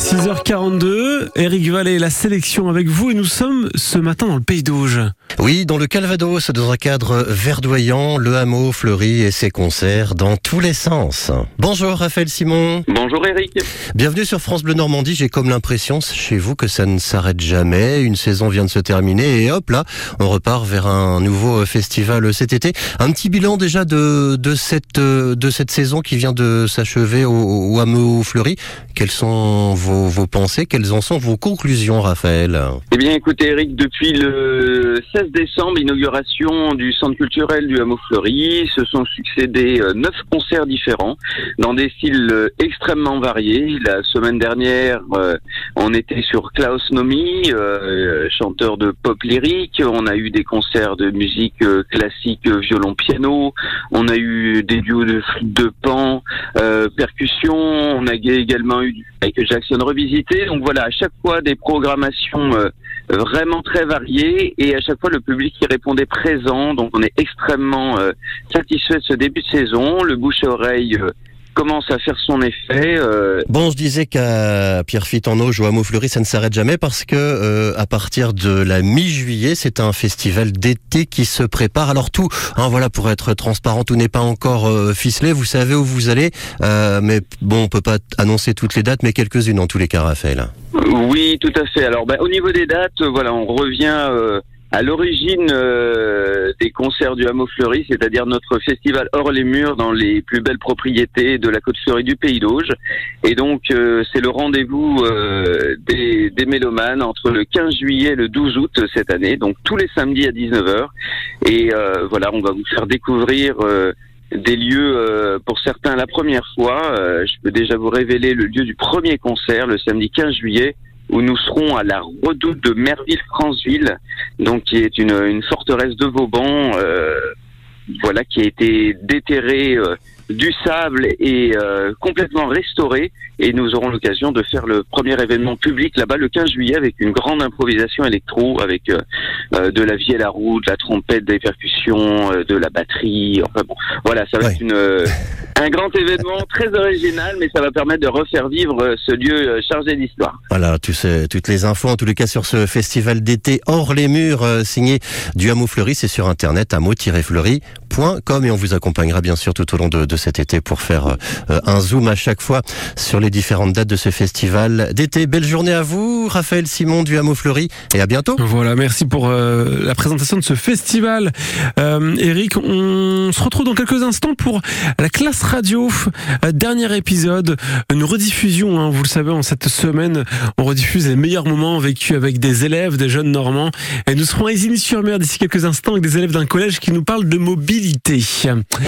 6h42, Eric Vallée, la sélection avec vous et nous sommes ce matin dans le Pays d'Auge. Oui, dans le Calvados, dans un cadre verdoyant, le hameau fleurit et ses concerts dans tous les sens. Bonjour Raphaël Simon. Bonjour Eric. Bienvenue sur France Bleu Normandie. J'ai comme l'impression chez vous que ça ne s'arrête jamais. Une saison vient de se terminer et hop là, on repart vers un nouveau festival cet été. Un petit bilan déjà de cette saison qui vient de s'achever au hameau fleuri. Quelles sont vos pensées? Quelles en sont vos conclusions, Raphaël? Eh bien écoutez Eric, depuis le 16 décembre, inauguration du centre culturel du hameau fleuri, se sont succédés 9 concerts différents dans des styles extrêmement variés. La semaine dernière, on était sur Klaus Nomi, chanteur de pop lyrique. On a eu des concerts de musique classique, violon-piano. On a eu des duos de flûte de pan, percussion. On a également eu Michael Jackson revisité. Donc voilà, à chaque fois des programmations vraiment très variées et à chaque fois le public qui répondait présent. Donc on est extrêmement satisfait de ce début de saison. Le bouche-oreille commence à faire son effet. Bon, je disais qu'à Pierrefitte-en-Auge, au hameau fleuri, ça ne s'arrête jamais parce que à partir de la mi-juillet, c'est un festival d'été qui se prépare. Alors tout, voilà, pour être transparent, tout n'est pas encore ficelé. Vous savez où vous allez, mais bon, on peut pas annoncer toutes les dates, mais quelques-unes en tous les cas, Raphaël. Oui, tout à fait. Alors, au niveau des dates, voilà, on revient à l'origine des concerts du hameau fleuri, c'est-à-dire notre festival hors les murs dans les plus belles propriétés de la côte fleurie du Pays d'Auge. Et donc c'est le rendez-vous des mélomanes entre le 15 juillet et le 12 août cette année, donc tous les samedis à 19h. Et voilà, on va vous faire découvrir des lieux pour certains la première fois. Je peux déjà vous révéler le lieu du premier concert, le samedi 15 juillet, où nous serons à la redoute de Merville-Franceville, donc qui est une forteresse de Vauban, voilà, qui a été déterrée du sable et complètement restaurée. Et nous aurons l'occasion de faire le premier événement public là-bas le 15 juillet avec une grande improvisation électro, avec de la vielle à roue, de la trompette, des percussions, de la batterie. Enfin bon, voilà, ça va être un grand événement très original, mais ça va permettre de refaire vivre ce lieu chargé d'histoire. Voilà, toutes les infos, en tous les cas, sur ce festival d'été hors les murs, signé du hameau fleuri, c'est sur internet, hameau-fleuri.com, et on vous accompagnera bien sûr tout au long de cet été pour faire un zoom à chaque fois sur les différentes dates de ce festival d'été. Belle journée à vous, Raphaël Simon du hameau fleuri, et à bientôt. Voilà, merci pour la présentation de ce festival. Eric, on se retrouve dans quelques instants pour la classe radio, dernier épisode, une rediffusion, vous le savez, en cette semaine, on rediffuse les meilleurs moments vécus avec des élèves, des jeunes normands, et nous serons à Isigny-sur-Mer d'ici quelques instants avec des élèves d'un collège qui nous parlent de mobilité.